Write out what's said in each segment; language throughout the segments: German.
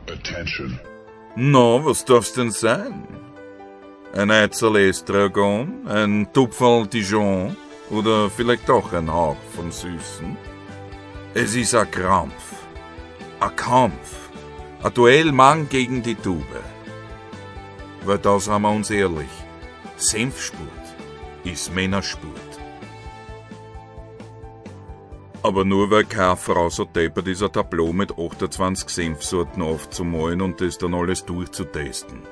Attention. Na, was darf's denn sein? Ein Eizel Estragon, ein Tupferl Dijon oder vielleicht doch ein Hauch vom Süßen? Es ist ein Krampf, ein Kampf, ein Duell Mann gegen die Tube. Weil da sind wir uns ehrlich, Senfspurt ist Männerspurt. Aber nur weil keine Frau so deppert ist, ein Tableau mit 28 Senfsorten aufzumalen und das dann alles durchzutesten.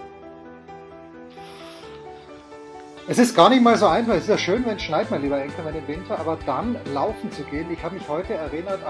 Es ist gar nicht mal so einfach. Es ist ja schön, wenn es schneit, mein lieber Enker, im Winter, aber dann laufen zu gehen. Ich habe mich heute erinnert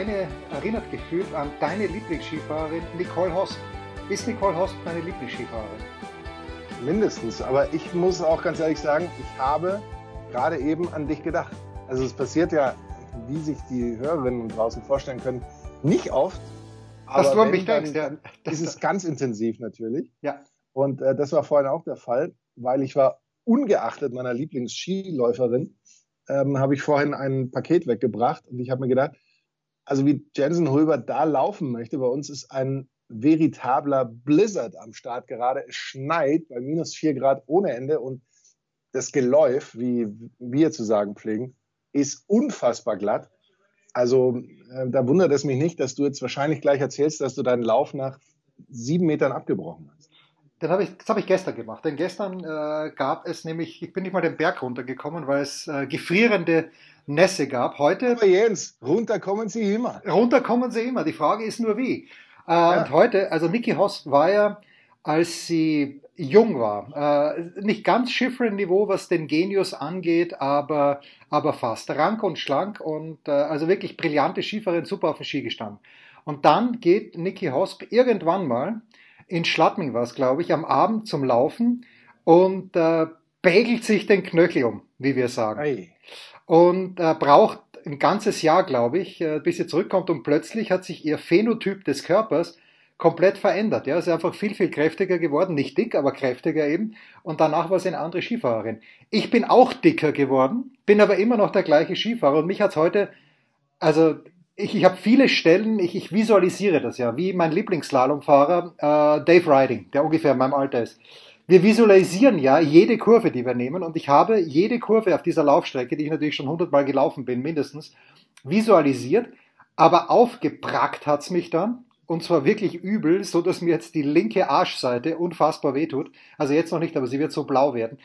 gefühlt an deine Lieblingsskifahrerin Nicole Hosp. Ist Nicole Hosp deine Lieblingsskifahrerin? Mindestens, aber ich muss auch ganz ehrlich sagen, ich habe gerade eben an dich gedacht. Also es passiert ja, wie sich die Hörerinnen draußen vorstellen können, nicht oft. Dass aber du an mich denkst, dann ist es ganz intensiv natürlich. Ja. Und das war vorhin auch der Fall, weil ich war ungeachtet meiner Lieblingsskiläuferin, habe ich vorhin ein Paket weggebracht und ich habe mir gedacht, also wie Jensen Hulbert da laufen möchte, bei uns ist ein veritabler Blizzard am Start gerade. Es schneit bei -4 Grad ohne Ende und das Geläuf, wie wir zu sagen pflegen, ist unfassbar glatt. Also da wundert es mich nicht, dass du jetzt wahrscheinlich gleich erzählst, dass du deinen Lauf nach 7 Metern abgebrochen hast. Das habe ich gestern gemacht. Denn gestern gab es nämlich, ich bin nicht mal den Berg runtergekommen, weil es gefrierende Nässe gab. Heute. Aber Jens, runterkommen sie immer. Runterkommen sie immer. Die Frage ist nur wie. Ja. Und heute, also Niki Hosp war ja, als sie jung war, nicht ganz Schifrin-Niveau, was den Genius angeht, aber fast. Rank und schlank und also wirklich brillante Skifahrerin, super auf dem Ski gestanden. Und dann geht Niki Hosp irgendwann mal, in Schladming war es, glaube ich, am Abend zum Laufen und pegelt sich den Knöchel um, wie wir sagen. Ei. Und braucht ein ganzes Jahr, glaube ich, bis sie zurückkommt und plötzlich hat sich ihr Phänotyp des Körpers komplett verändert. Ja, sie ist einfach viel, viel kräftiger geworden, nicht dick, aber kräftiger eben. Und danach war sie eine andere Skifahrerin. Ich bin auch dicker geworden, bin aber immer noch der gleiche Skifahrer und mich hat's heute, also ich habe viele Stellen, ich visualisiere das ja, wie mein Lieblingsslalomfahrer Dave Riding, der ungefähr in meinem Alter ist. Wir visualisieren ja jede Kurve, die wir nehmen und ich habe jede Kurve auf dieser Laufstrecke, die ich natürlich schon 100-mal gelaufen bin, mindestens, visualisiert, aber aufgeprackt hat's mich dann und zwar wirklich übel, so dass mir jetzt die linke Arschseite unfassbar wehtut, also jetzt noch nicht, aber sie wird so blau werden,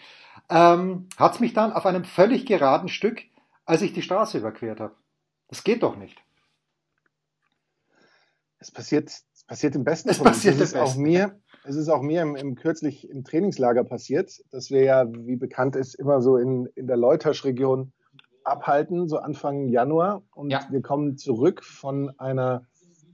hat's mich dann auf einem völlig geraden Stück, als ich die Straße überquert habe. Das geht doch nicht. Es passiert im besten Es von uns. passiert im Besten. Es ist auch mir kürzlich im Trainingslager passiert, dass wir ja, wie bekannt ist, immer so in der Leutasch-Region abhalten, so Anfang Januar. Und Ja. wir kommen zurück von einer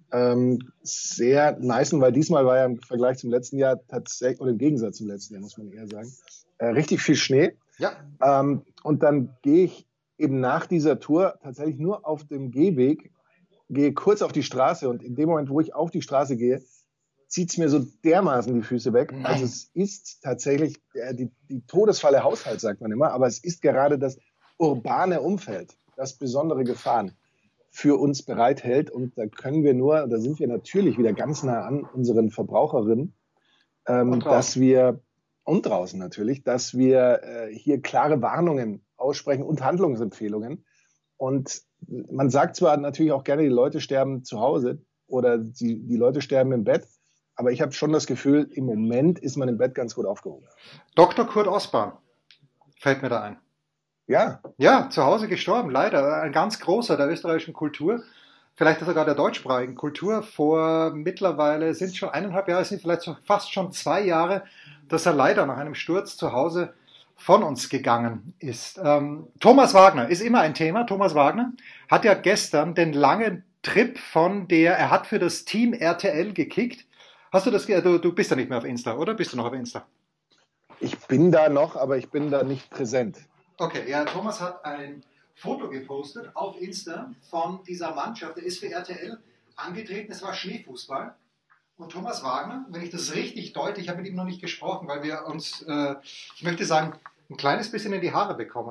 sehr nicen, weil diesmal war ja im Vergleich zum letzten Jahr tatsächlich, oder im Gegensatz zum letzten Jahr, muss man eher sagen, richtig viel Schnee. Ja. Und dann gehe ich eben nach dieser Tour tatsächlich nur auf dem Gehweg, gehe kurz auf die Straße und in dem Moment, wo ich auf die Straße gehe, zieht es mir so dermaßen die Füße weg. Nein. Also es ist tatsächlich die Todesfalle Haushalt, sagt man immer, aber es ist gerade das urbane Umfeld, das besondere Gefahren für uns bereithält. Und da sind wir natürlich wieder ganz nah an unseren Verbraucherinnen, dass wir, und draußen natürlich, dass wir hier klare Warnungen aussprechen und Handlungsempfehlungen. Und man sagt zwar natürlich auch gerne, die Leute sterben zu Hause oder die Leute sterben im Bett, aber ich habe schon das Gefühl, im Moment ist man im Bett ganz gut aufgehoben. Dr. Kurt Osborn fällt mir da ein. Ja. Ja, zu Hause gestorben, leider. Ein ganz großer der österreichischen Kultur, vielleicht sogar der deutschsprachigen Kultur. Vor mittlerweile sind schon 1,5 Jahre, sind vielleicht fast schon 2 Jahre, dass er leider nach einem Sturz zu Hause von uns gegangen ist. Thomas Wagner ist immer ein Thema. Thomas Wagner hat ja gestern den langen Trip er hat für das Team RTL gekickt. Hast du das, du bist ja nicht mehr auf Insta, oder? Bist du noch auf Insta? Ich bin da noch, aber ich bin da nicht präsent. Okay, ja, Thomas hat ein Foto gepostet auf Insta von dieser Mannschaft. Der ist für RTL angetreten, es war Schneefußball. Und Thomas Wagner, wenn ich das richtig deute, ich habe mit ihm noch nicht gesprochen, weil wir uns, ich möchte sagen, ein kleines bisschen in die Haare bekommen haben.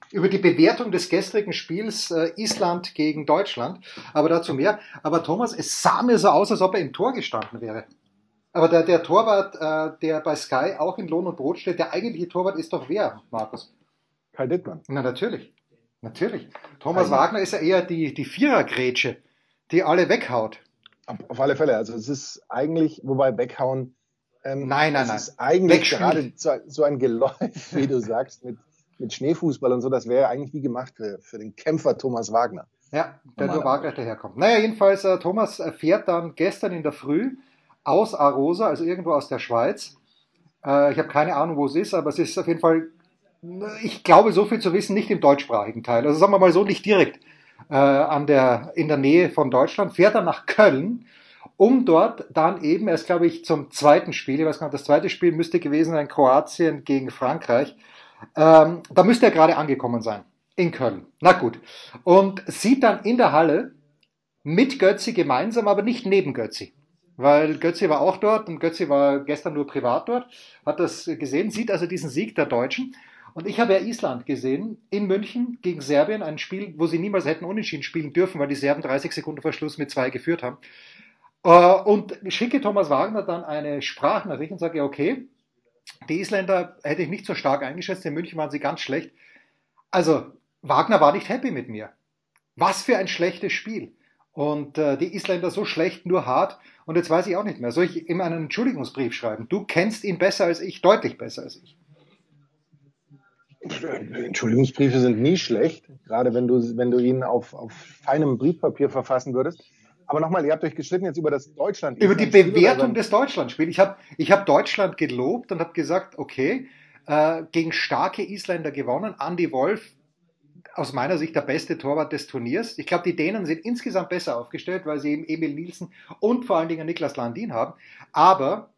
über die Bewertung des gestrigen Spiels Island gegen Deutschland, aber dazu mehr. Aber Thomas, es sah mir so aus, als ob er im Tor gestanden wäre. Aber der Torwart, der bei Sky auch in Lohn und Brot steht, der eigentliche Torwart ist doch wer, Markus? Kai Dittmann. Na, natürlich. Natürlich. Thomas Wagner ist ja eher die Vierergrätsche, die alle weghaut. Auf alle Fälle. Also es ist eigentlich, wobei weghauen, nein. ist eigentlich gerade so ein Geläuf, wie du sagst, mit Schneefußball und so, das wäre eigentlich wie gemacht für den Kämpfer Thomas Wagner. Ja, der nur waagerecht daherkommt. Naja, jedenfalls, Thomas fährt dann gestern in der Früh aus Arosa, also irgendwo aus der Schweiz. Ich habe keine Ahnung, wo es ist, aber es ist auf jeden Fall, ich glaube, so viel zu wissen, nicht im deutschsprachigen Teil. Also sagen wir mal so, nicht direkt in der Nähe von Deutschland. Fährt dann nach Köln, um dort dann eben erst, glaube ich, zum zweiten Spiel, ich weiß gar nicht, das zweite Spiel müsste gewesen sein, Kroatien gegen Frankreich. Da müsste er gerade angekommen sein, in Köln. Na gut. Und sieht dann in der Halle mit Götzi gemeinsam, aber nicht neben Götzi. Weil Götzi war auch dort und Götzi war gestern nur privat dort, hat das gesehen, sieht also diesen Sieg der Deutschen. Und ich habe ja Island gesehen, in München gegen Serbien, ein Spiel, wo sie niemals hätten unentschieden spielen dürfen, weil die Serben 30 Sekunden vor Schluss mit 2 geführt haben. Und schicke Thomas Wagner dann eine Sprachnachricht und sage, ja, okay, die Isländer hätte ich nicht so stark eingeschätzt, in München waren sie ganz schlecht. Also, Wagner war nicht happy mit mir. Was für ein schlechtes Spiel. Und die Isländer so schlecht, nur hart. Und jetzt weiß ich auch nicht mehr. Soll ich ihm einen Entschuldigungsbrief schreiben? Du kennst ihn besser als ich, deutlich besser als ich. Entschuldigungsbriefe sind nie schlecht, gerade wenn du ihn auf feinem Briefpapier verfassen würdest. Aber nochmal, ihr habt euch gestritten jetzt über das Deutschland. Über die Bewertung des Deutschlandspiels. Ich hab Deutschland gelobt und habe gesagt, okay, gegen starke Isländer gewonnen. Andy Wolf, aus meiner Sicht der beste Torwart des Turniers. Ich glaube, die Dänen sind insgesamt besser aufgestellt, weil sie eben Emil Nielsen und vor allen Dingen Niklas Landin haben. Aber,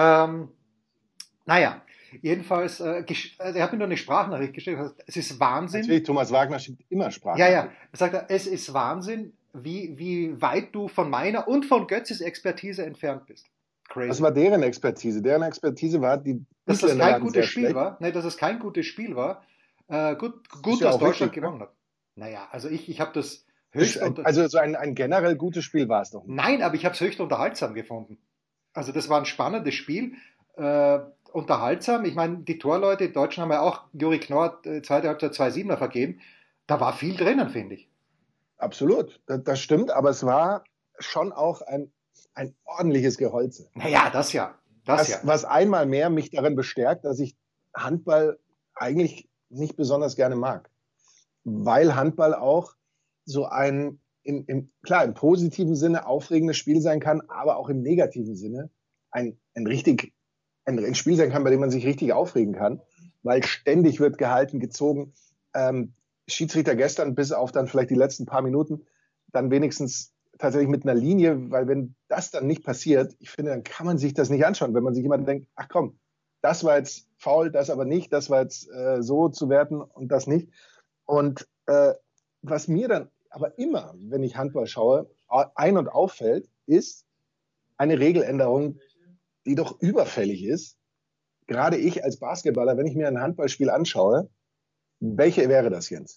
naja, jedenfalls, er hat mir nur eine Sprachnachricht gestellt. Es ist Wahnsinn. Natürlich, Thomas Wagner schickt immer Sprachnachrichten. Ja. Er sagt, es ist Wahnsinn, wie weit du von meiner und von Götzis Expertise entfernt bist. Crazy. Das war deren Expertise. Deren Expertise war, dass das kein gutes Spiel war. Nein, dass es kein gutes Spiel war. Gut, dass Deutschland gewonnen hat. Naja, also ich habe das höchst... Also so ein generell gutes Spiel war es doch nicht. Nein, aber ich habe es höchst unterhaltsam gefunden. Also das war ein spannendes Spiel. Unterhaltsam. Ich meine, die Torleute, die Deutschen haben ja auch Juri Knorr zweite Halbzeit 2-7er vergeben. Da war viel drinnen, finde ich. Absolut, das stimmt, aber es war schon auch ein ordentliches Geholze. Naja, das ja. Was einmal mehr mich darin bestärkt, dass ich Handball eigentlich nicht besonders gerne mag. Weil Handball auch so ein, klar, im positiven Sinne aufregendes Spiel sein kann, aber auch im negativen Sinne ein Spiel sein kann, bei dem man sich richtig aufregen kann, weil ständig wird gehalten, gezogen. Schiedsrichter gestern bis auf dann vielleicht die letzten paar Minuten dann wenigstens tatsächlich mit einer Linie, weil wenn das dann nicht passiert, ich finde, dann kann man sich das nicht anschauen, wenn man sich jemand denkt, ach komm, das war jetzt faul, das aber nicht, das war jetzt so zu werten und das nicht. Und was mir dann aber immer, wenn ich Handball schaue, ein- und auffällt, ist eine Regeländerung, die doch überfällig ist. Gerade ich als Basketballer, wenn ich mir ein Handballspiel anschaue, welche wäre das, Jens?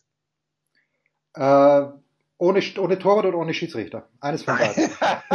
Ohne Torwart oder ohne Schiedsrichter? Eines von beiden.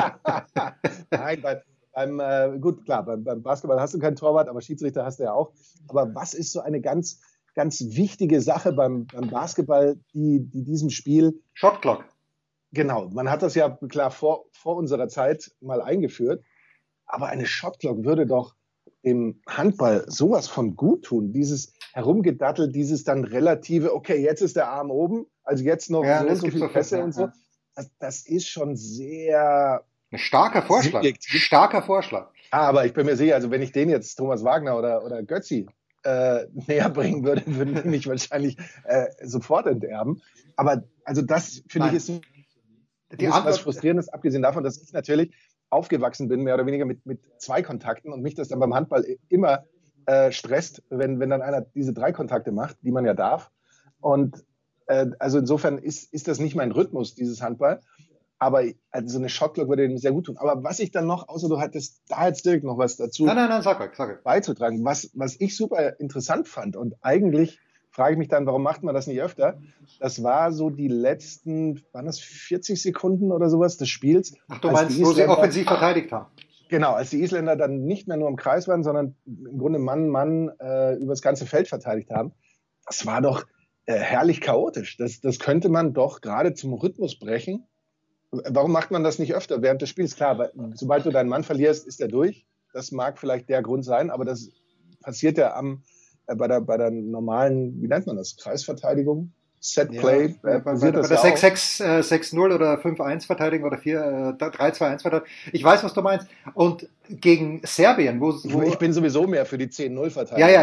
Nein, gut, klar, beim Basketball hast du keinen Torwart, aber Schiedsrichter hast du ja auch. Aber was ist so eine ganz, ganz wichtige Sache beim Basketball, die diesem Spiel... Shot Clock. Genau, man hat das ja klar vor unserer Zeit mal eingeführt, aber eine Shot Clock würde doch dem Handball sowas von gut tun. Dieses Herumgedattel, dieses dann relative, okay, jetzt ist der Arm oben, also jetzt noch so viele Pässe und so. Das ist schon sehr... Ein starker Vorschlag. Starker Vorschlag. Aber ich bin mir sicher, also wenn ich den jetzt Thomas Wagner oder Götzi näher bringen würde, würden die mich wahrscheinlich sofort enterben. Aber also das, finde ich, ist was Frustrierendes, abgesehen davon, dass ich natürlich aufgewachsen bin, mehr oder weniger mit 2 Kontakten und mich das dann beim Handball immer stresst, wenn dann einer diese 3 Kontakte macht, die man ja darf. Und also insofern ist das nicht mein Rhythmus, dieses Handball. Aber also so eine Shotclock würde dem sehr gut tun. Aber was ich dann noch, außer du hattest da jetzt direkt noch was dazu nein, sag. beizutragen, was ich super interessant fand und eigentlich frage ich mich dann, warum macht man das nicht öfter? Das war so die letzten, waren das 40 Sekunden oder sowas des Spiels? Ach, du meinst, wo sie offensiv verteidigt haben? Genau, als die Isländer dann nicht mehr nur im Kreis waren, sondern im Grunde Mann über das ganze Feld verteidigt haben. Das war doch herrlich chaotisch. Das könnte man doch gerade zum Rhythmus brechen. Warum macht man das nicht öfter während des Spiels? Klar, weil, sobald du deinen Mann verlierst, ist er durch. Das mag vielleicht der Grund sein, aber das passiert ja bei der normalen, wie nennt man das, Kreisverteidigung? Setplay, bei der 6-6, 6-0 oder 5-1 Verteidigung oder 3-2-1 Verteidigung. Ich weiß, was du meinst. Und gegen Serbien, wo ich bin sowieso mehr für die 10-0 Verteidigung.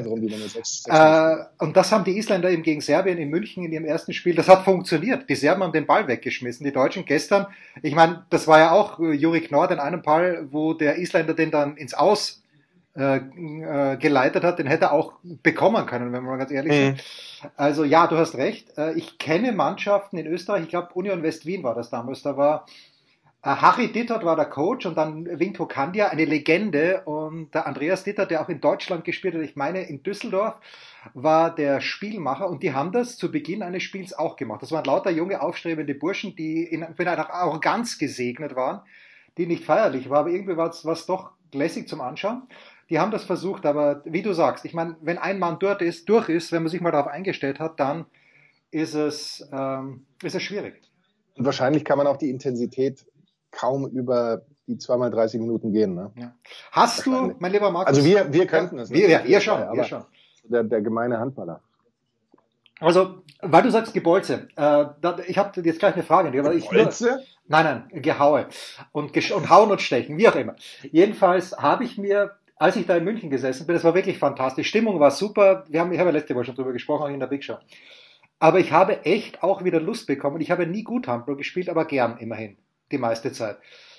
Ja. Und das haben die Isländer eben gegen Serbien in München in ihrem ersten Spiel. Das hat funktioniert. Die Serben haben den Ball weggeschmissen. Die Deutschen gestern, ich meine, das war ja auch Juri Knorr in einem Ball, wo der Isländer den dann ins Aus geleitet hat, den hätte er auch bekommen können, wenn wir mal ganz ehrlich sind. Also ja, du hast recht. Ich kenne Mannschaften in Österreich, ich glaube Union West-Wien war das damals, da war Harry Dittert war der Coach und dann Vinko Kandia, eine Legende, und der Andreas Dittert, der auch in Deutschland gespielt hat, ich meine in Düsseldorf, war der Spielmacher, und die haben das zu Beginn eines Spiels auch gemacht. Das waren lauter junge, aufstrebende Burschen, die in einer Arroganz gesegnet waren, die nicht feierlich war, aber irgendwie war es doch lässig zum Anschauen. Die haben das versucht, aber wie du sagst, ich meine, wenn ein Mann durch ist, wenn man sich mal darauf eingestellt hat, dann ist es schwierig. Und wahrscheinlich kann man auch die Intensität kaum über die 2x30 Minuten gehen. Ne? Ja. Hast du, mein lieber Markus... Also wir könnten es. Wir schon. Der gemeine Handballer. Also, weil du sagst Gebolze, ich habe jetzt gleich eine Frage. Gebolze? Nein, Gehaue. Und Hauen und Stechen, wie auch immer. Jedenfalls habe ich mir, als ich da in München gesessen bin, das war wirklich fantastisch. Stimmung war super. Ich habe ja letzte Woche schon drüber gesprochen, auch in der Big Show. Aber ich habe echt auch wieder Lust bekommen. Ich habe nie gut Handball gespielt, aber gern immerhin, die meiste Zeit.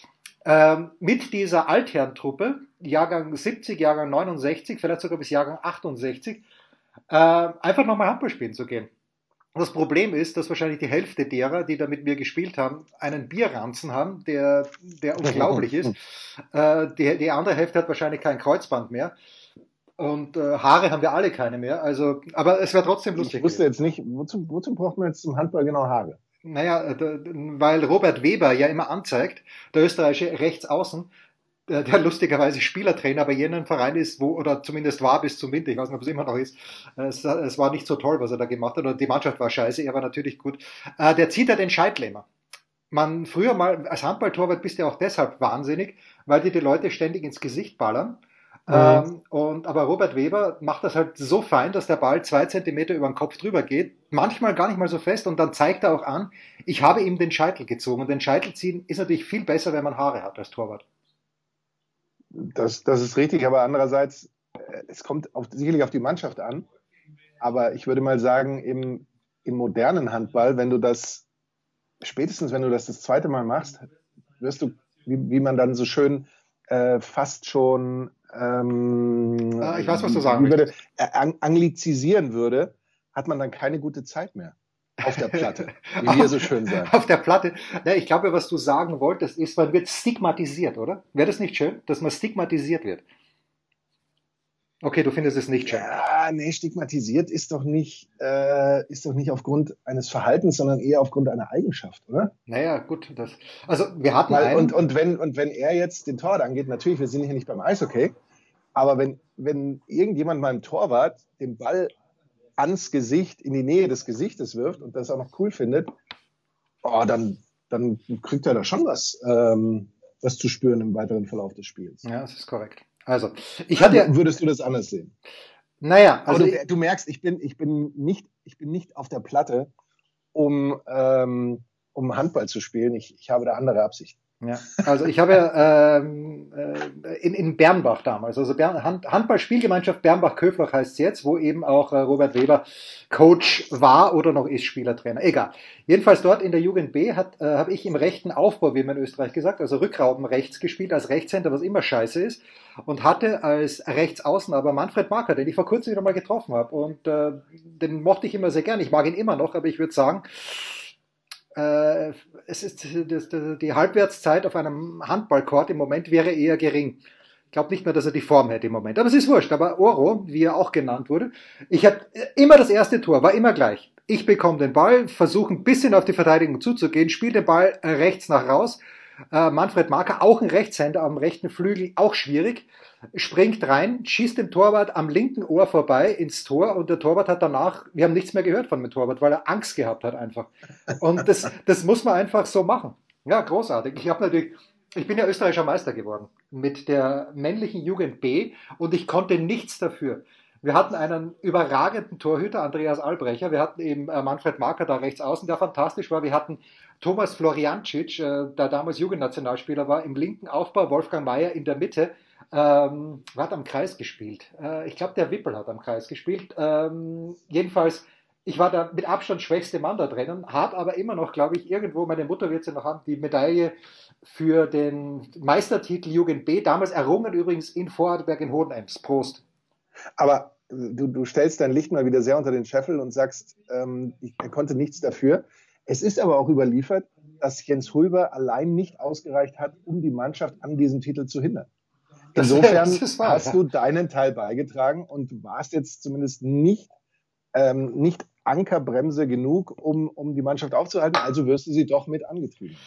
Mit dieser Altherrentruppe, Jahrgang 70, Jahrgang 69, vielleicht sogar bis Jahrgang 68, einfach nochmal Handball spielen zu gehen. Das Problem ist, dass wahrscheinlich die Hälfte derer, die da mit mir gespielt haben, einen Bierranzen haben, der unglaublich ist. Die andere Hälfte hat wahrscheinlich kein Kreuzband mehr. Und Haare haben wir alle keine mehr. Also, aber es wäre trotzdem lustig. Ich wusste jetzt nicht, wozu braucht man jetzt zum Handball genau Haare? Naja, weil Robert Weber ja immer anzeigt, der österreichische Rechtsaußen, der lustigerweise Spielertrainer bei jenem Verein ist, oder zumindest war bis zum Winter, ich weiß nicht, ob es immer noch ist. Es war nicht so toll, was er da gemacht hat, und die Mannschaft war scheiße, er war natürlich gut. Der zieht ja den Scheitlämmer. Früher mal als Handballtorwart bist du auch deshalb wahnsinnig, weil dir die Leute ständig ins Gesicht ballern. Aber Robert Weber macht das halt so fein, dass der Ball 2 Zentimeter über den Kopf drüber geht, manchmal gar nicht mal so fest, und dann zeigt er auch an, ich habe ihm den Scheitel gezogen, und den Scheitel ziehen ist natürlich viel besser, wenn man Haare hat als Torwart. Das ist richtig, aber andererseits, es kommt sicherlich auf die Mannschaft an, aber ich würde mal sagen, im modernen Handball, spätestens wenn du das zweite Mal machst, wirst du, wie man dann so schön fast schon ich weiß, was du sagen willst. Anglizisieren würde, hat man dann keine gute Zeit mehr auf der Platte, wie wir so schön sagen. Auf der Platte. Ja, ich glaube, was du sagen wolltest, ist, man wird stigmatisiert, oder? Wäre das nicht schön, dass man stigmatisiert wird? Okay, du findest es nicht schön. Ja, nee, stigmatisiert ist doch nicht aufgrund eines Verhaltens, sondern eher aufgrund einer Eigenschaft, oder? Naja, gut. Also wir hatten und wenn er jetzt den Torwart angeht, natürlich, wir sind hier nicht beim Eishockey, aber wenn irgendjemand beim Torwart den Ball ans Gesicht, in die Nähe des Gesichtes wirft und das auch noch cool findet, dann kriegt er da schon was zu spüren im weiteren Verlauf des Spiels. Ja, das ist korrekt. Also, würdest du das anders sehen? Naja, also aber du merkst, ich bin nicht auf der Platte, um Handball zu spielen. Ich habe da andere Absichten. Ja, also ich habe ja in Bernbach damals, also Handball-Spielgemeinschaft Bernbach-Köflach heißt es jetzt, wo eben auch Robert Weber Coach war oder noch ist, Spielertrainer. Egal. Jedenfalls dort in der Jugend B habe ich im rechten Aufbau, wie man in Österreich gesagt, also Rückrauben rechts gespielt, als Rechtshänder, was immer scheiße ist, und hatte als Rechtsaußen aber Manfred Marker, den ich vor kurzem wieder mal getroffen habe, und den mochte ich immer sehr gern. Ich mag ihn immer noch, aber ich würde sagen, es ist die Halbwertszeit auf einem Handballcourt im Moment wäre eher gering. glaube nicht mehr, dass er die Form hätte im Moment. Aber es ist wurscht. Aber Oro, wie er auch genannt wurde, ich habe immer das erste Tor, war immer gleich. Ich bekomme den Ball, versuche ein bisschen auf die Verteidigung zuzugehen, spiele den Ball rechts nach raus. Manfred Marker, auch ein Rechtshänder am rechten Flügel, auch schwierig, springt rein, schießt dem Torwart am linken Ohr vorbei ins Tor und der Torwart hat danach, wir haben nichts mehr gehört von dem Torwart, weil er Angst gehabt hat einfach. Und das muss man einfach so machen. Ja, großartig. Ich bin ja österreichischer Meister geworden mit der männlichen Jugend B und ich konnte nichts dafür. Wir hatten einen überragenden Torhüter, Andreas Albrecher. Wir hatten eben Manfred Marker da rechts außen, der fantastisch war. Wir hatten Thomas Floriancic, der damals Jugendnationalspieler war, im linken Aufbau, Wolfgang Mayer in der Mitte. Hat am Kreis gespielt. Ich glaube, der Wippel hat am Kreis gespielt. Jedenfalls, ich war der mit Abstand schwächste Mann da drinnen, habe aber immer noch, glaube ich, irgendwo, meine Mutter wird sie noch haben, die Medaille für den Meistertitel Jugend B, damals errungen übrigens in Vorarlberg in Hohenems. Prost. Aber du stellst dein Licht mal wieder sehr unter den Scheffel und sagst, er konnte nichts dafür. Es ist aber auch überliefert, dass Jens Hulber allein nicht ausgereicht hat, um die Mannschaft an diesem Titel zu hindern. Insofern hast du deinen Teil beigetragen und warst jetzt zumindest nicht Ankerbremse genug, um die Mannschaft aufzuhalten. Also wirst du sie doch mit angetrieben.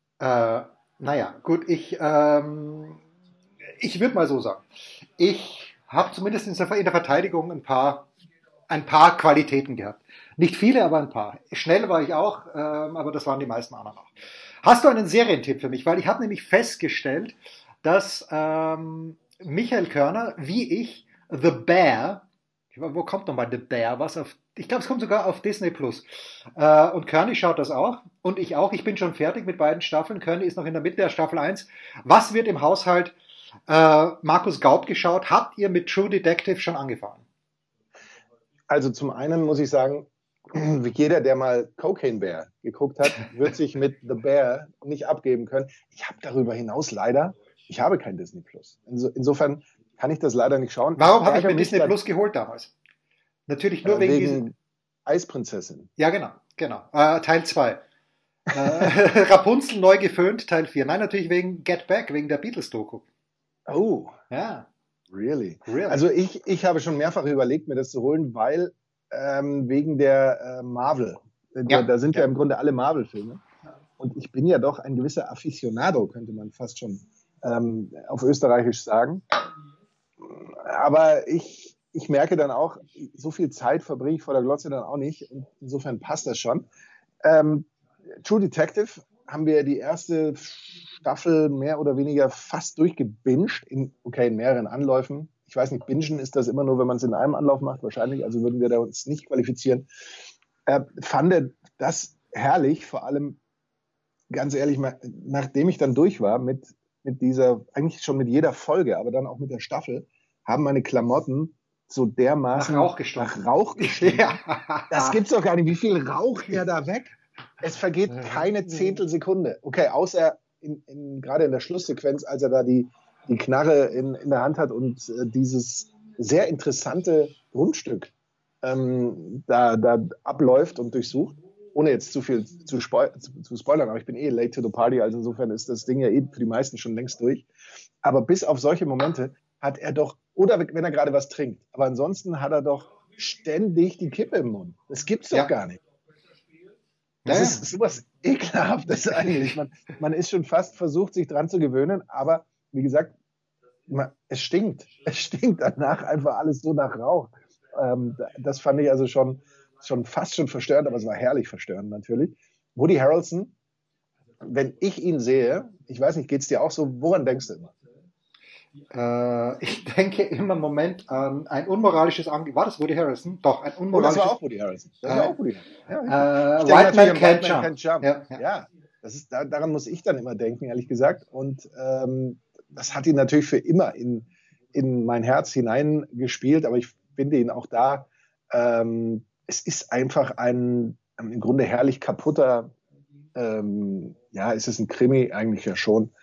Naja, gut, ich würde mal so sagen. Ich habe zumindest in der Verteidigung ein paar Qualitäten gehabt. Nicht viele, aber ein paar. Schnell war ich auch, aber das waren die meisten anderen auch. Hast du einen Serientipp für mich? Weil ich habe nämlich festgestellt, dass Michael Körner, wie ich, The Bear, wo kommt nochmal The Bear? Ich glaube, es kommt sogar auf Disney Plus. Und Körny schaut das auch und ich auch. Ich bin schon fertig mit beiden Staffeln. Körny ist noch in der Mitte der Staffel 1. Was wird im Haushalt Markus Gaub geschaut? Habt ihr mit True Detective schon angefangen? Also zum einen muss ich sagen, jeder, der mal Cocaine Bear geguckt hat, wird sich mit The Bear nicht abgeben können. Ich habe darüber hinaus ich habe kein Disney Plus. Insofern kann ich das leider nicht schauen. Warum habe ich mir Disney Plus geholt damals? Natürlich nur wegen Eisprinzessin. Ja, genau. Teil 2. Rapunzel neu geföhnt, Teil 4. Nein, natürlich wegen Get Back, wegen der Beatles-Doku. Oh. Ja. Really? Also ich habe schon mehrfach überlegt, mir das zu holen, weil wegen der Marvel. Da sind ja im Grunde alle Marvel-Filme. Und ich bin ja doch ein gewisser Aficionado, könnte man fast schon auf Österreichisch sagen. Aber ich merke dann auch, so viel Zeit verbringe ich vor der Glotze dann auch nicht. Und insofern passt das schon. True Detective haben wir die erste Staffel mehr oder weniger fast durchgebinged, in mehreren Anläufen. Ich weiß nicht, bingen ist das immer nur, wenn man es in einem Anlauf macht, wahrscheinlich. Also würden wir da uns nicht qualifizieren. Fand das herrlich, vor allem, ganz ehrlich, nachdem ich dann durch war mit dieser, eigentlich schon mit jeder Folge, aber dann auch mit der Staffel, haben meine Klamotten so dermaßen nach Rauch gestunken. Ja. Das gibt's doch gar nicht. Wie viel raucht der da weg? Es vergeht keine Zehntelsekunde. Okay, außer gerade in der Schlusssequenz, als er da die Knarre in der Hand hat und dieses sehr interessante Grundstück da abläuft und durchsucht. Ohne jetzt zu viel zu spoilern, aber ich bin late to the party, also insofern ist das Ding ja für die meisten schon längst durch. Aber bis auf solche Momente hat er doch, oder wenn er gerade was trinkt, aber ansonsten hat er doch ständig die Kippe im Mund. Das gibt's doch gar nicht. Das ist sowas Ekelhaftes eigentlich. Man ist schon fast versucht, sich dran zu gewöhnen, aber wie gesagt, es stinkt. Es stinkt danach einfach alles so nach Rauch. Das fand ich also schon fast schon verstörend, aber es war herrlich verstörend natürlich. Woody Harrelson, wenn ich ihn sehe, ich weiß nicht, geht's dir auch so, woran denkst du immer? Ich denke immer im Moment an ein unmoralisches Angebot. War das Woody Harrelson? Doch, ein unmoralisches. Das war auch Woody Harrelson. White Man Can't Jump. Ja, daran muss ich dann immer denken, ehrlich gesagt. Und das hat ihn natürlich für immer in mein Herz hineingespielt, aber ich finde ihn auch da, es ist einfach ein im Grunde herrlich kaputter, ist es ein Krimi eigentlich ja schon,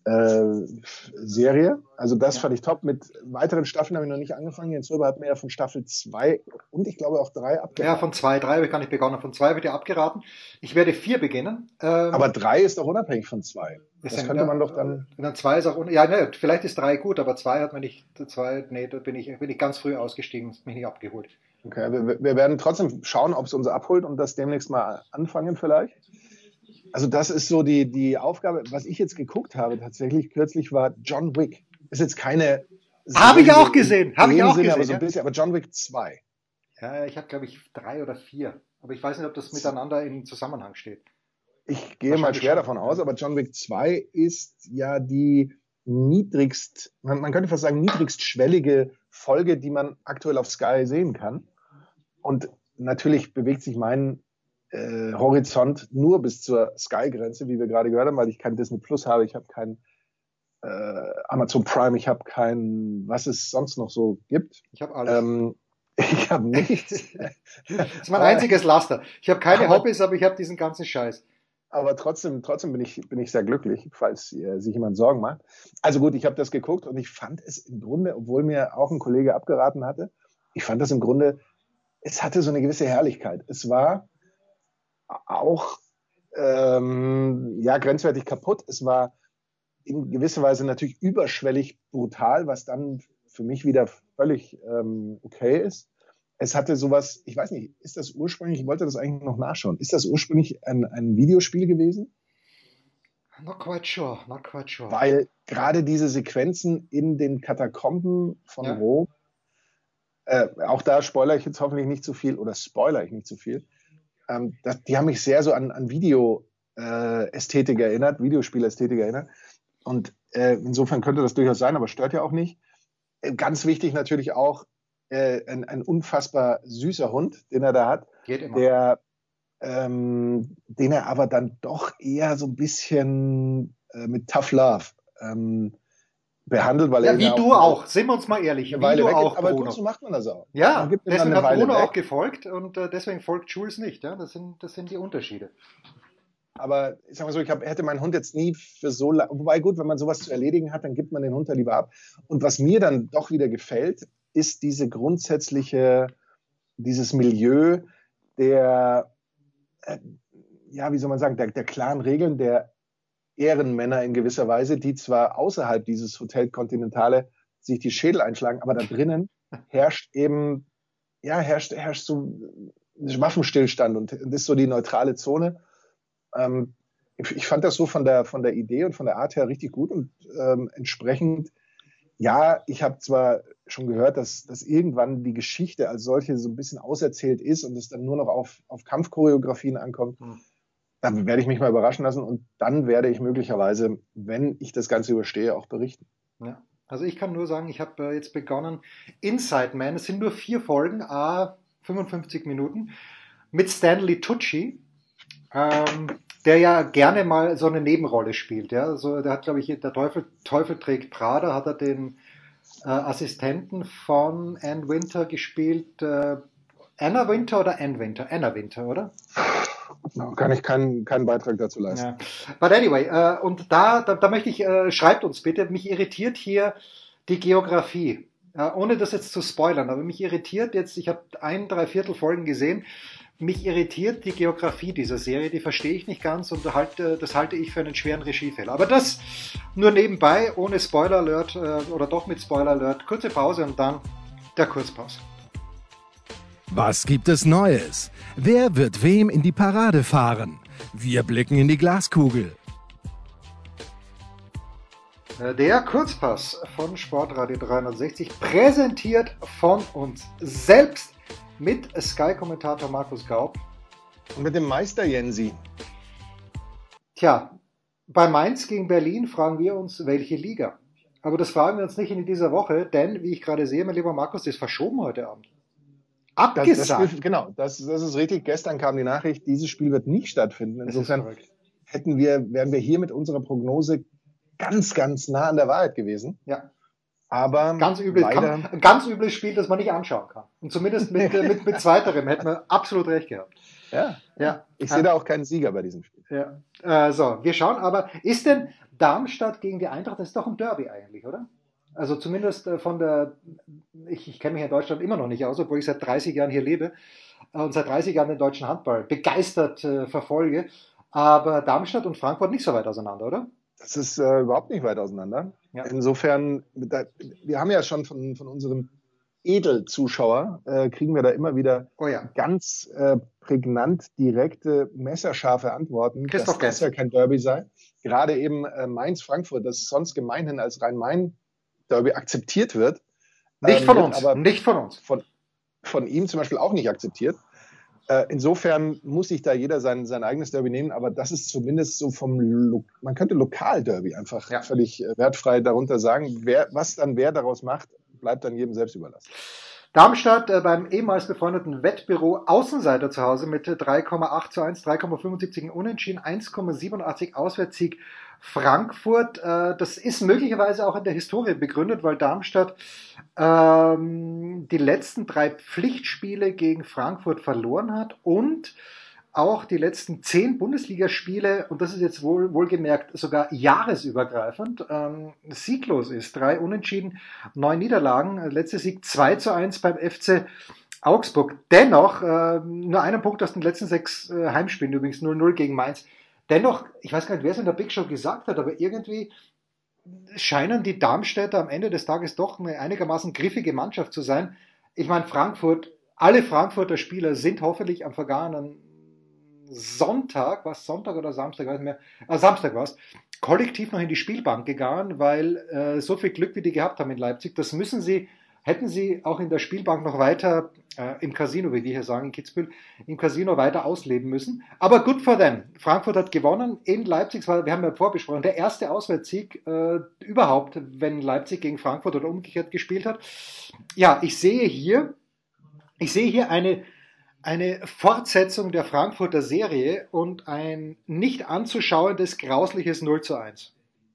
Serie. Also das fand ich top. Mit weiteren Staffeln habe ich noch nicht angefangen. Jens Röber hat mir ja von Staffel 2 und ich glaube auch 3 abgeraten. Ja, von 2, 3 habe ich gar nicht begonnen. Von 2 wird ja abgeraten. Ich werde 4 beginnen. Aber 3 ist doch unabhängig von 2. Das könnte man doch dann... Dann 2 ist auch... Ja, ne, vielleicht ist 3 gut, aber 2 hat mir nicht... 2, nee, da bin ich ganz früh ausgestiegen, ist mich nicht abgeholt. Okay, wir werden trotzdem schauen, ob es uns abholt und das demnächst mal anfangen vielleicht. Also das ist so die Aufgabe. Was ich jetzt geguckt habe tatsächlich kürzlich war John Wick. Ist jetzt keine... Habe ich auch gesehen. Aber so ein bisschen, aber John Wick 2. Ja, ich habe, glaube ich, 3 oder 4. Aber ich weiß nicht, ob das miteinander im Zusammenhang steht. Ich gehe mal schwer davon aus, aber John Wick 2 ist ja die niedrigst, man könnte fast sagen, niedrigstschwellige Folge, die man aktuell auf Sky sehen kann. Und natürlich bewegt sich mein Horizont nur bis zur Sky-Grenze, wie wir gerade gehört haben, weil ich kein Disney Plus habe, ich habe kein Amazon Prime, ich habe kein, was es sonst noch so gibt. Ich habe alles. Ich habe nichts. Das ist mein einziges Laster. Ich habe keine Hobbys, aber ich habe diesen ganzen Scheiß. Aber trotzdem bin ich sehr glücklich, falls sich jemand Sorgen macht. Also gut, ich habe das geguckt und ich fand es im Grunde, obwohl mir auch ein Kollege abgeraten hatte, ich fand das im Grunde, es hatte so eine gewisse Herrlichkeit. Es war auch grenzwertig kaputt. Es war in gewisser Weise natürlich überschwellig brutal, was dann für mich wieder völlig okay ist. Es hatte sowas, ich weiß nicht, ist das ursprünglich, ich wollte das eigentlich noch nachschauen, ist das ursprünglich ein Videospiel gewesen? Not quite sure. Weil gerade diese Sequenzen in den Katakomben von Rom, auch da spoilere ich jetzt hoffentlich nicht zu viel, die haben mich sehr so an Videoästhetik erinnert, Videospielästhetik erinnert. Und insofern könnte das durchaus sein, aber stört ja auch nicht. Ganz wichtig natürlich auch ein unfassbar süßer Hund, den er da hat, den er aber dann doch eher so ein bisschen mit Tough Love behandelt, weil er wie du auch, sind wir uns mal ehrlich, wie du auch, aber gut, so macht man das auch. Ja, deswegen hat Bruno auch gefolgt und deswegen folgt Jules nicht. Ja? Das sind die Unterschiede. Aber ich sag mal so, hätte meinen Hund jetzt nie für so lange, wobei gut, wenn man sowas zu erledigen hat, dann gibt man den Hund da lieber ab. Und was mir dann doch wieder gefällt, ist dieses Milieu der, wie soll man sagen, der klaren Regeln, der Ehrenmänner in gewisser Weise, die zwar außerhalb dieses Hotel Continentale sich die Schädel einschlagen, aber da drinnen herrscht so Waffenstillstand und das ist so die neutrale Zone. Ich fand das so von der Idee und von der Art her richtig gut und entsprechend, ich habe zwar schon gehört, dass irgendwann die Geschichte als solche so ein bisschen auserzählt ist und es dann nur noch auf Kampfchoreografien ankommt. Dann werde ich mich mal überraschen lassen und dann werde ich möglicherweise, wenn ich das Ganze überstehe, auch berichten. Ja, also ich kann nur sagen, ich habe jetzt begonnen, Inside Man, es sind nur 4 Folgen, 55 Minuten, mit Stanley Tucci, der ja gerne mal so eine Nebenrolle spielt. Ja? Also, der hat, glaube ich, der Teufel trägt Prada, hat er den Assistenten von Anne Winter gespielt. Anna Winter oder Anne Winter? Anna Winter, oder? Kann ich keinen Beitrag dazu leisten. Ja. But anyway, und da möchte ich, schreibt uns bitte, mich irritiert hier die Geografie. Ohne das jetzt zu spoilern, aber mich irritiert jetzt, ich habe 1/3 Folgen gesehen, mich irritiert die Geografie dieser Serie, die verstehe ich nicht ganz und das halte ich für einen schweren Regiefehler. Aber das nur nebenbei, ohne Spoiler-Alert oder doch mit Spoiler-Alert. Kurze Pause und dann der Kurzpause. Was gibt es Neues? Wer wird wem in die Parade fahren? Wir blicken in die Glaskugel. Der Kurzpass von Sportradio 360, präsentiert von uns selbst mit Sky-Kommentator Markus Gaub. Und mit dem Meister Jensi. Tja, bei Mainz gegen Berlin fragen wir uns, welche Liga? Aber das fragen wir uns nicht in dieser Woche, denn, wie ich gerade sehe, mein lieber Markus, das ist verschoben heute Abend. Abgesagt. Das ist richtig. Gestern kam die Nachricht, dieses Spiel wird nicht stattfinden. Insofern wären wir hier mit unserer Prognose ganz, ganz nah an der Wahrheit gewesen. Ja. Aber leider, ein ganz übles Spiel, das man nicht anschauen kann. Und zumindest mit zweiterem hätten wir absolut recht gehabt. ja. Ich sehe da auch keinen Sieger bei diesem Spiel. Ja. So, wir schauen aber, ist denn Darmstadt gegen die Eintracht, das ist doch ein Derby eigentlich, oder? Also zumindest ich kenne mich in Deutschland immer noch nicht aus, obwohl ich seit 30 Jahren hier lebe und seit 30 Jahren den deutschen Handball begeistert verfolge. Aber Darmstadt und Frankfurt nicht so weit auseinander, oder? Das ist überhaupt nicht weit auseinander. Ja. Insofern, wir haben ja schon von unserem Edelzuschauer, kriegen wir da immer wieder ganz prägnant direkte, messerscharfe Antworten, dass das ja kein Derby sei. Gerade eben Mainz-Frankfurt, das sonst gemeinhin als Rhein-Main-Derby akzeptiert wird. Nicht von uns, aber nicht von uns. Von ihm zum Beispiel auch nicht akzeptiert. Insofern muss sich da jeder sein eigenes Derby nehmen, aber das ist zumindest so man könnte Lokalderby einfach völlig wertfrei darunter sagen. Was dann wer daraus macht, bleibt dann jedem selbst überlassen. Darmstadt beim ehemals befreundeten Wettbüro Außenseiter zu Hause mit 3,8:1, 3,75 Unentschieden, 1,87 Auswärtssieg. Frankfurt, das ist möglicherweise auch in der Historie begründet, weil Darmstadt die letzten 3 Pflichtspiele gegen Frankfurt verloren hat und auch die letzten 10 Bundesligaspiele, und das ist jetzt wohlgemerkt sogar jahresübergreifend, sieglos ist. 3 Unentschieden, 9 Niederlagen, letzter Sieg 2:1 beim FC Augsburg. Dennoch, nur einen Punkt aus den letzten 6 Heimspielen, übrigens 0:0 gegen Mainz. Dennoch, ich weiß gar nicht, wer es in der Big Show gesagt hat, aber irgendwie scheinen die Darmstädter am Ende des Tages doch eine einigermaßen griffige Mannschaft zu sein. Ich meine, alle Frankfurter Spieler sind hoffentlich am vergangenen Sonntag oder Samstag, weiß nicht mehr, Samstag war es, kollektiv noch in die Spielbank gegangen, weil so viel Glück, wie die gehabt haben in Leipzig, hätten sie auch in der Spielbank noch weiter im Casino, wie wir hier sagen, in Kitzbühel, im Casino weiter ausleben müssen. Aber good for them. Frankfurt hat gewonnen in Leipzig. Wir haben ja vorbesprochen, der erste Auswärtssieg überhaupt, wenn Leipzig gegen Frankfurt oder umgekehrt gespielt hat. Ja, ich sehe hier eine Fortsetzung der Frankfurter Serie und ein nicht anzuschauendes, grausliches 0:1.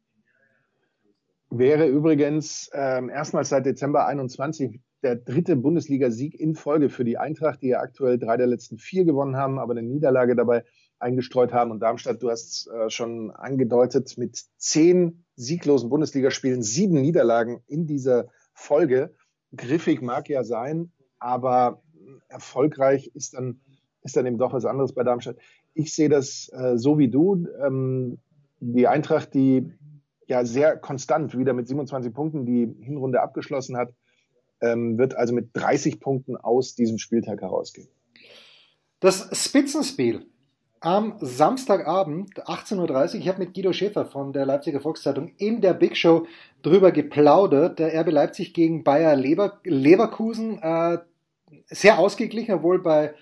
Wäre übrigens erstmals seit Dezember 21 der 3. Bundesliga-Sieg in Folge für die Eintracht, die ja aktuell 3 der letzten 4 gewonnen haben, aber eine Niederlage dabei eingestreut haben. Und Darmstadt, du hast es schon angedeutet, mit 10 sieglosen Bundesligaspielen, 7 Niederlagen in dieser Folge. Griffig mag ja sein, aber erfolgreich ist dann eben doch was anderes bei Darmstadt. Ich sehe das so wie du. Die Eintracht, die ja sehr konstant wieder mit 27 Punkten die Hinrunde abgeschlossen hat, wird also mit 30 Punkten aus diesem Spieltag herausgehen. Das Spitzenspiel am Samstagabend, 18:30 Uhr, ich habe mit Guido Schäfer von der Leipziger Volkszeitung in der Big Show drüber geplaudert. Der RB Leipzig gegen Bayer Leverkusen, sehr ausgeglichen, obwohl bei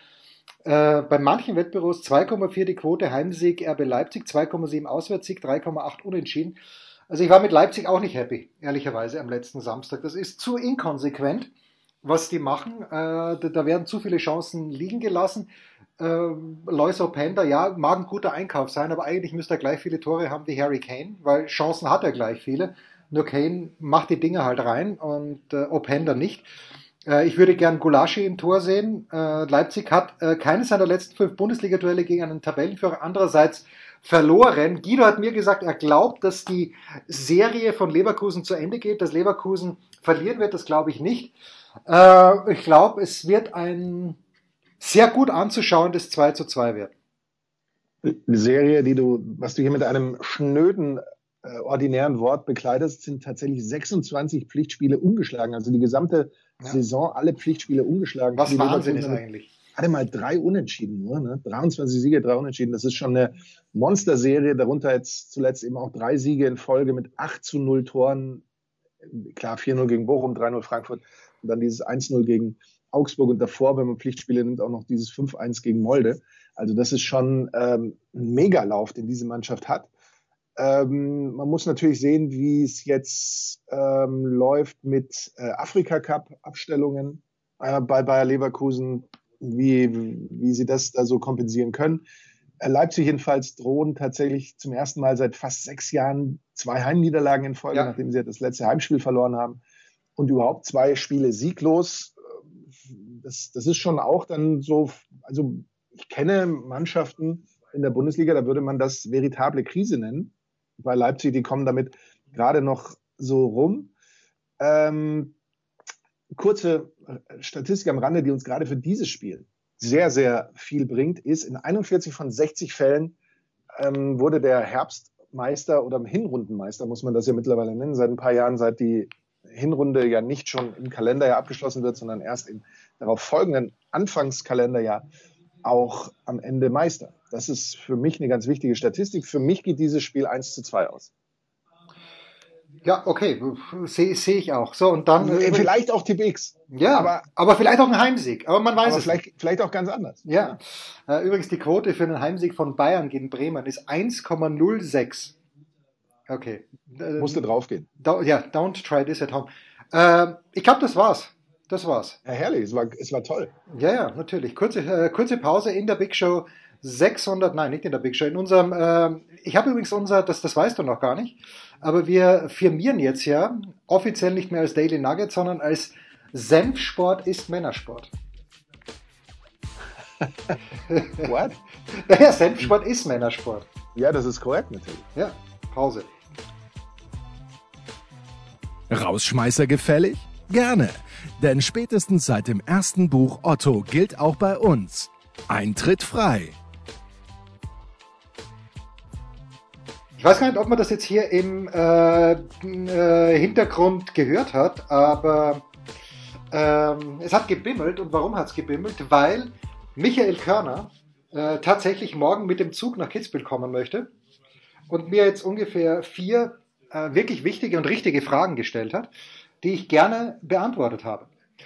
manchen Wettbüros 2,4 die Quote Heimsieg RB Leipzig, 2,7 Auswärtssieg, 3,8 Unentschieden. Also ich war mit Leipzig auch nicht happy, ehrlicherweise, am letzten Samstag. Das ist zu inkonsequent, was die machen. Da werden zu viele Chancen liegen gelassen. Lois Openda, ja, mag ein guter Einkauf sein, aber eigentlich müsste er gleich viele Tore haben wie Harry Kane, weil Chancen hat er gleich viele. Nur Kane macht die Dinger halt rein und Openda nicht. Ich würde gern Gulaschi im Tor sehen. Leipzig hat keines seiner letzten 5 Bundesliga-Duelle gegen einen Tabellenführer andererseits verloren. Guido hat mir gesagt, er glaubt, dass die Serie von Leverkusen zu Ende geht, dass Leverkusen verlieren wird. Das glaube ich nicht. Ich glaube, es wird ein sehr gut anzuschauendes 2:2 werden. Die Serie, was du hier mit einem schnöden ordinären Wort bekleidest, sind tatsächlich 26 Pflichtspiele ungeschlagen. Also die gesamte Saison, alle Pflichtspiele ungeschlagen. Was Wahnsinn ist eigentlich. Hatte mal 3 Unentschieden nur, ne? 23 Siege, 3 Unentschieden. Das ist schon eine Monsterserie. Darunter jetzt zuletzt eben auch 3 Siege in Folge mit 8:0 Toren. Klar, 4:0 gegen Bochum, 3:0 Frankfurt und dann dieses 1:0 gegen Augsburg und davor, wenn man Pflichtspiele nimmt, auch noch dieses 5:1 gegen Molde. Also das ist schon ein Megalauf, den diese Mannschaft hat. Man muss natürlich sehen, wie es jetzt läuft mit Afrika-Cup-Abstellungen bei Bayer Leverkusen, wie sie das da so kompensieren können. Leipzig jedenfalls drohen tatsächlich zum ersten Mal seit fast 6 Jahren 2 Heimniederlagen in Folge, nachdem sie ja das letzte Heimspiel verloren haben. Und überhaupt 2 Spiele sieglos. Das ist schon auch dann so, also ich kenne Mannschaften in der Bundesliga, da würde man das veritable Krise nennen. Bei Leipzig, die kommen damit gerade noch so rum. Kurze Statistik am Rande, die uns gerade für dieses Spiel sehr, sehr viel bringt, ist, in 41 von 60 Fällen wurde der Herbstmeister oder Hinrundenmeister, muss man das ja mittlerweile nennen, seit ein paar Jahren, seit die Hinrunde ja nicht schon im Kalenderjahr abgeschlossen wird, sondern erst im darauf folgenden Anfangskalenderjahr auch am Ende Meister. Das ist für mich eine ganz wichtige Statistik. Für mich geht dieses Spiel 1:2 aus. Ja, okay, sehe ich auch. So, und dann vielleicht auch TBX. Ja, aber vielleicht auch ein Heimsieg. Aber man weiß es nicht. Vielleicht auch ganz anders. Ja. Übrigens, die Quote für einen Heimsieg von Bayern gegen Bremen ist 1,06. Okay. Musste draufgehen. Don't try this at home. Ich glaube, das war's. Ja, herrlich. Es war toll. Ja, natürlich. Kurze Pause in der Big Show 600, nein, nicht in der Big Show, in unserem, ich habe übrigens das weißt du noch gar nicht, aber wir firmieren jetzt ja offiziell nicht mehr als Daily Nugget, sondern als Senfsport ist Männersport. What? Naja, Senfsport ist Männersport. Ja, das ist korrekt natürlich. Ja, Pause. Rausschmeißer gefällig? Gerne, denn spätestens seit dem ersten Buch Otto gilt auch bei uns: Eintritt frei. Ich weiß gar nicht, ob man das jetzt hier im Hintergrund gehört hat, aber es hat gebimmelt. Und warum hat es gebimmelt? Weil Michael Körner tatsächlich morgen mit dem Zug nach Kitzbühel kommen möchte und mir jetzt ungefähr 4 wirklich wichtige und richtige Fragen gestellt hat, die ich gerne beantwortet habe.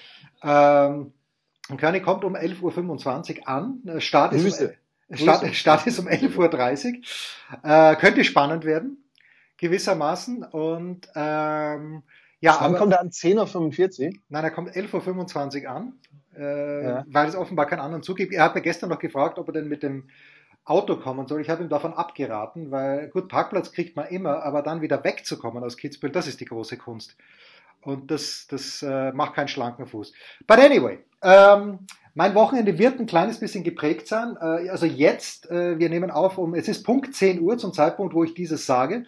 Körner kommt um 11:25 Uhr an. Start ist um 11:30 Uhr. Könnte spannend werden, gewissermaßen. Und Wann kommt er an? 10:45 Uhr? Nein, er kommt 11:25 Uhr an, weil es offenbar keinen anderen Zug gibt. Er hat mir gestern noch gefragt, ob er denn mit dem Auto kommen soll. Ich habe ihm davon abgeraten, weil gut, Parkplatz kriegt man immer, aber dann wieder wegzukommen aus Kitzbühel, das ist die große Kunst. Und das macht keinen schlanken Fuß. But anyway, mein Wochenende wird ein kleines bisschen geprägt sein. Also jetzt, wir nehmen auf, es ist Punkt 10 Uhr zum Zeitpunkt, wo ich dieses sage.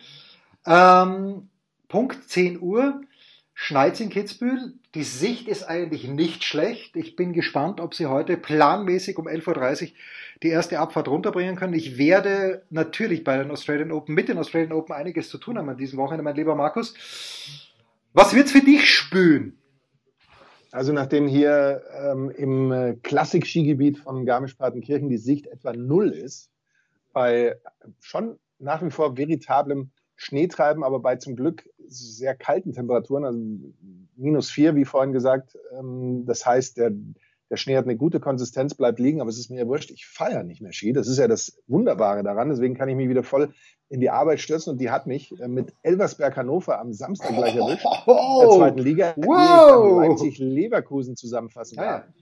Punkt 10 Uhr schneit es in Kitzbühel. Die Sicht ist eigentlich nicht schlecht. Ich bin gespannt, ob sie heute planmäßig um 11:30 Uhr die erste Abfahrt runterbringen können. Ich werde natürlich bei den Australian Open, mit den Australian Open einiges zu tun haben an diesem Wochenende, mein lieber Markus. Was wird's für dich spülen? Also nachdem hier im Klassik-Skigebiet von Garmisch-Partenkirchen die Sicht etwa 0 ist, bei schon nach wie vor veritablem Schneetreiben, aber bei zum Glück sehr kalten Temperaturen, also -4, wie vorhin gesagt. Das heißt, der Schnee hat eine gute Konsistenz, bleibt liegen, aber es ist mir ja wurscht, ich fahre ja nicht mehr Ski. Das ist ja das Wunderbare daran. Deswegen kann ich mich wieder voll in die Arbeit stürzen. Und die hat mich mit Elversberg Hannover am Samstag gleich erwischt, der zweiten Liga, die ich dann Leipzig-Leverkusen zusammenfassen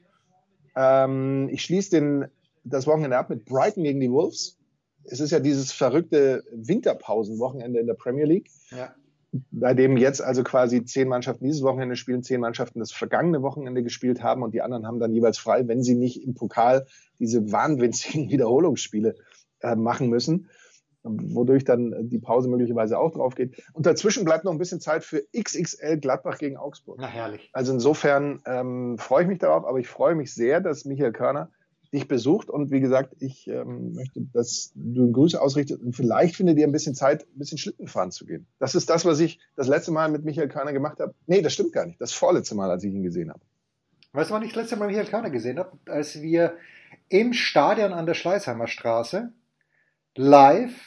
kann. Ich schließe das Wochenende ab mit Brighton gegen die Wolves. Es ist ja dieses verrückte Winterpausenwochenende in der Premier League. Ja. Bei dem jetzt also quasi 10 Mannschaften dieses Wochenende spielen, 10 Mannschaften das vergangene Wochenende gespielt haben und die anderen haben dann jeweils frei, wenn sie nicht im Pokal diese wahnwitzigen Wiederholungsspiele machen müssen, wodurch dann die Pause möglicherweise auch drauf geht. Und dazwischen bleibt noch ein bisschen Zeit für XXL Gladbach gegen Augsburg. Na herrlich. Also insofern freue ich mich darauf, aber ich freue mich sehr, dass Michael Körner dich besucht und wie gesagt, ich möchte, dass du Grüße ausrichtest und vielleicht findet ihr ein bisschen Zeit, ein bisschen Schlitten fahren zu gehen. Das ist das, was ich das letzte Mal mit Michael Körner gemacht habe. Nee, das stimmt gar nicht. Das vorletzte Mal, als ich ihn gesehen habe. Weißt du, wann ich das letzte Mal Michael Körner gesehen habe? Als wir im Stadion an der Schleißheimer Straße live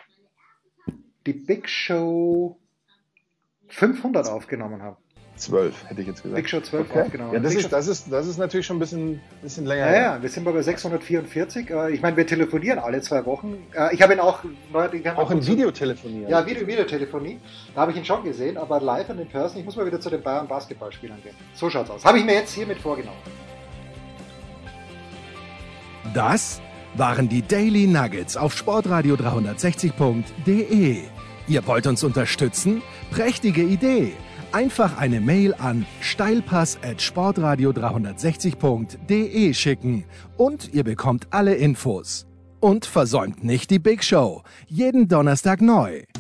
die Big Show 500 aufgenommen haben. 12, hätte ich jetzt gesagt. Big Show 12 aufgenommen. Ja, das ist natürlich schon ein bisschen länger her. Ja, wir sind bei 644. Ich meine, wir telefonieren alle 2 Wochen. Ich habe ihn auch in Videotelefonie. Ja, Videotelefonie. Da habe ich ihn schon gesehen, aber live und in person. Ich muss mal wieder zu den Bayern Basketballspielern gehen. So schaut's aus. Habe ich mir jetzt hiermit vorgenommen. Das waren die Daily Nuggets auf sportradio360.de. Ihr wollt uns unterstützen? Prächtige Idee! Einfach eine Mail an steilpass@sportradio360.de schicken und ihr bekommt alle Infos. Und versäumt nicht die Big Show. Jeden Donnerstag neu.